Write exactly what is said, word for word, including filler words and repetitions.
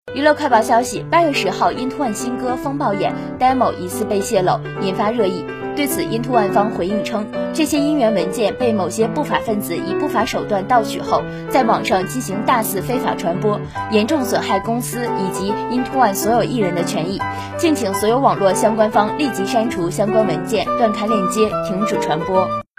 娱乐快报消息，八月十号 ，Into One 新歌《风暴眼》demo 疑似被泄露，引发热议。对此 ，Into One 方回应称，这些音源文件被某些不法分子以不法手段盗取后，在网上进行大肆非法传播，严重损害公司以及 Into One 所有艺人的权益。敬请所有网络相关方立即删除相关文件，断开链接，停止传播。